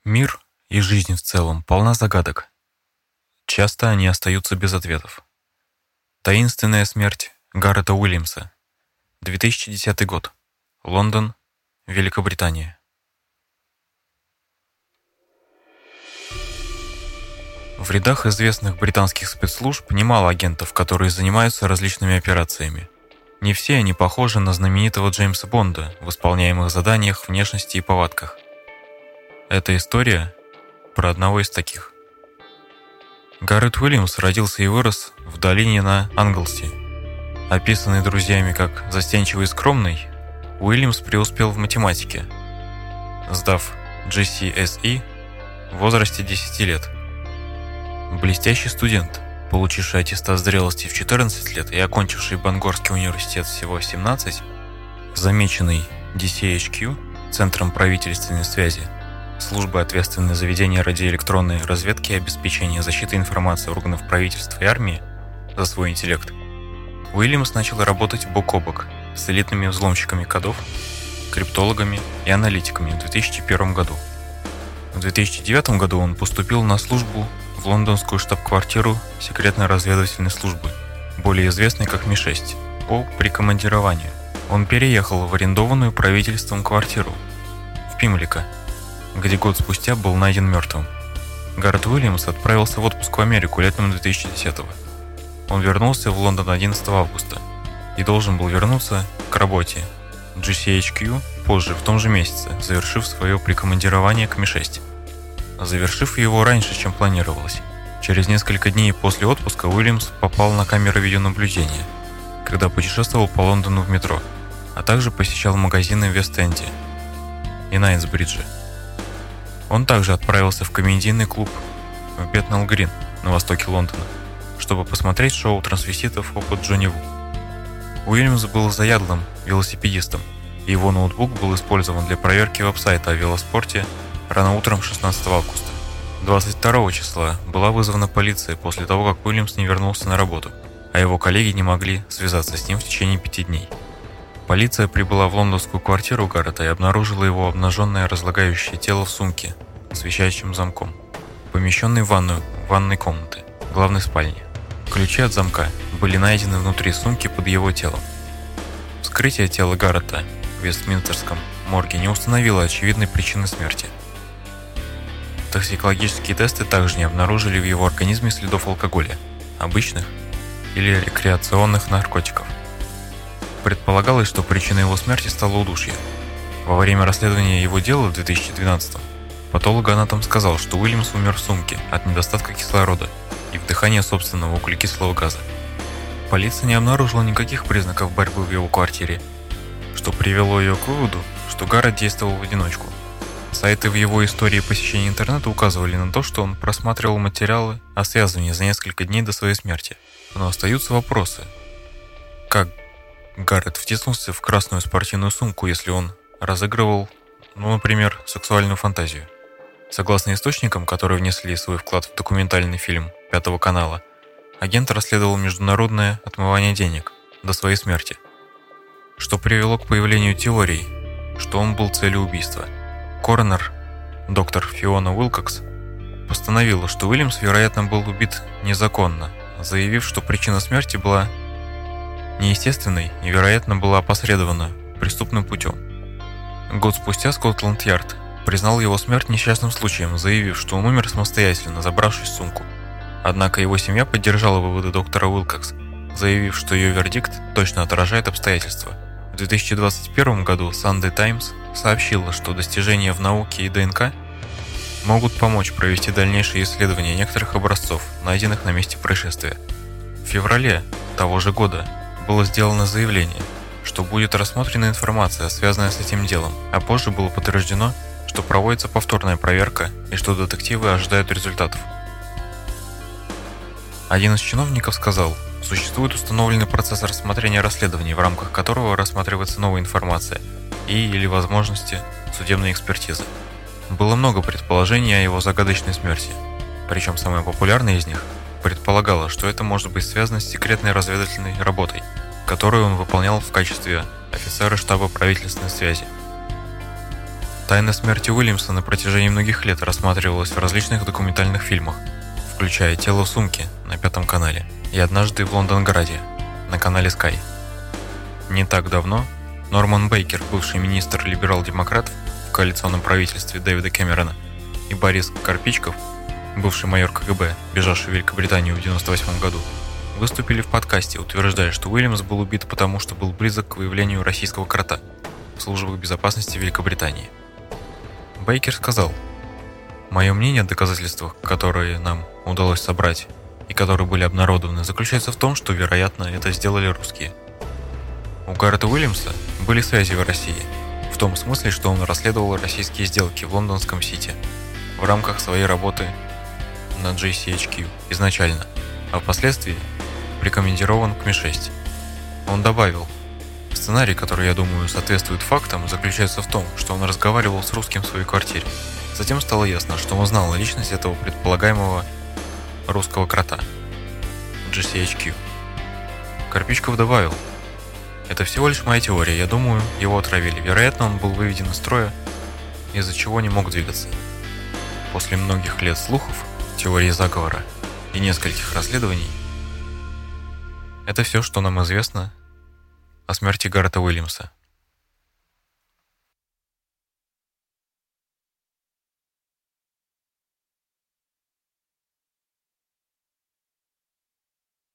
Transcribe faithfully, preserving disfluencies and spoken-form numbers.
Мир и жизнь в целом полна загадок. Часто они остаются без ответов. Таинственная смерть Гаррета Уильямса. две тысячи десятый год. Лондон, Великобритания. В рядах известных британских спецслужб немало агентов, которые занимаются различными операциями. Не все они похожи на знаменитого Джеймса Бонда в исполняемых заданиях, внешности и повадках. Эта история про одного из таких. Гаррет Уильямс родился и вырос в долине на Англси. Описанный друзьями как застенчивый и скромный, Уильямс преуспел в математике, сдав джи си эс и в возрасте десяти лет. Блестящий студент, получивший аттестат зрелости в четырнадцать лет и окончивший Бангорский университет всего в семнадцать, замеченный ди си эйч кью, Центром правительственной связи, службой, ответственной за ведение радиоэлектронной разведки и обеспечение защиты информации органов правительства и армии, за свой интеллект, Уильямс начал работать бок о бок с элитными взломщиками кодов, криптологами и аналитиками в две тысячи первом году. В две тысячи девятом году он поступил на службу в лондонскую штаб-квартиру секретной разведывательной службы, более известной как Ми шесть, по прикомандированию. Он переехал в арендованную правительством квартиру в Пимлико, где год спустя был найден мертвым. Гаррет Уильямс отправился в отпуск в Америку летом две тысячи десятого. Он вернулся в Лондон одиннадцатого августа и должен был вернуться к работе джи си эйч кью позже в том же месяце, завершив свое прикомандирование к Ми шесть. Завершив его раньше, чем планировалось. Через несколько дней после отпуска Уильямс попал на камеры видеонаблюдения, когда путешествовал по Лондону в метро, а также посещал магазины в Вест-Энде и Найтсбридже. Он также отправился в комедийный клуб в Бетнал-Грин на востоке Лондона, чтобы посмотреть шоу трансвеститов «Опыт Джонни Ву». Уильямс был заядлым велосипедистом, и его ноутбук был использован для проверки веб-сайта о велоспорте рано утром шестнадцатого августа. двадцать второго числа была вызвана полиция после того, как Уильямс не вернулся на работу, а его коллеги не могли связаться с ним в течение пяти дней. Полиция прибыла в лондонскую квартиру Гаррета и обнаружила его обнаженное разлагающее тело в сумке с висящим замком, помещенной в ванную ванной комнаты, главной спальни. Ключи от замка были найдены внутри сумки под его телом. Вскрытие тела Гаррета в Вестминстерском морге не установило очевидной причины смерти. Токсикологические тесты также не обнаружили в его организме следов алкоголя, обычных или рекреационных наркотиков. Предполагалось, что причиной его смерти стало удушье. Во время расследования его дела в две тысячи двенадцатом патологоанатом сказал, что Уильямс умер в сумке от недостатка кислорода и вдыхания собственного углекислого газа. Полиция не обнаружила никаких признаков борьбы в его квартире, что привело ее к выводу, что Гаррет действовал в одиночку. Сайты в его истории посещения интернета указывали на то, что он просматривал материалы о связывании за несколько дней до своей смерти. Но остаются вопросы. Как Гаррет втиснулся в красную спортивную сумку, если он разыгрывал, ну, например, сексуальную фантазию? Согласно источникам, которые внесли свой вклад в документальный фильм Пятого канала, агент расследовал международное отмывание денег до своей смерти, что привело к появлению теорий, что он был целью убийства. Коронер, доктор Фиона Уилкокс, постановила, что Уильямс, вероятно, был убит незаконно, заявив, что причина смерти была неестественной и, вероятно, была опосредована преступным путем. Год спустя Скотланд-Ярд признал его смерть несчастным случаем, заявив, что он умер самостоятельно, забравшись в сумку. Однако его семья поддержала выводы доктора Уилкокс, заявив, что ее вердикт точно отражает обстоятельства. В две тысячи двадцать первом году Sunday Times сообщила, что достижения в науке и ДНК могут помочь провести дальнейшие исследования некоторых образцов, найденных на месте происшествия. В феврале того же года было сделано заявление, что будет рассмотрена информация, связанная с этим делом, а позже было подтверждено, что проводится повторная проверка и что детективы ожидают результатов. Один из чиновников сказал: существует установленный процесс рассмотрения расследований, в рамках которого рассматривается новая информация и или возможности судебной экспертизы. Было много предположений о его загадочной смерти, причем самое популярное из них предполагало, что это может быть связано с секретной разведывательной работой, которую он выполнял в качестве офицера штаба правительственной связи. Тайна смерти Уильямса на протяжении многих лет рассматривалась в различных документальных фильмах, включая «Тело в сумке» на Пятом канале и «Однажды в Лондонграде» на канале Sky. Не так давно Норман Бейкер, бывший министр либерал-демократов в коалиционном правительстве Дэвида Кэмерона, и Борис Карпичков, бывший майор ка гэ бэ, бежавший в Великобританию в девяносто восьмом году, выступили в подкасте, утверждая, что Уильямс был убит потому, что был близок к выявлению российского крота в службах безопасности Великобритании. Бейкер сказал: «Мое мнение о доказательствах, которые нам удалось собрать и которые были обнародованы, заключается в том, что, вероятно, это сделали русские. У Гаррета Уильямса были связи в России, в том смысле, что он расследовал российские сделки в лондонском Сити в рамках своей работы на джей си эйч кью изначально, а впоследствии прикомандирован к Ми шесть. Он добавил: сценарий, который, я думаю, соответствует фактам, заключается в том, что он разговаривал с русским в своей квартире. Затем стало ясно, что он знал личность этого предполагаемого русского крота джей си эйч кью. Карпичков добавил: это всего лишь моя теория, я думаю, его отравили. Вероятно, он был выведен из строя, из-за чего не мог двигаться. После многих лет слухов, теории заговора и нескольких расследований, это все, что нам известно о смерти Гаррета Уильямса.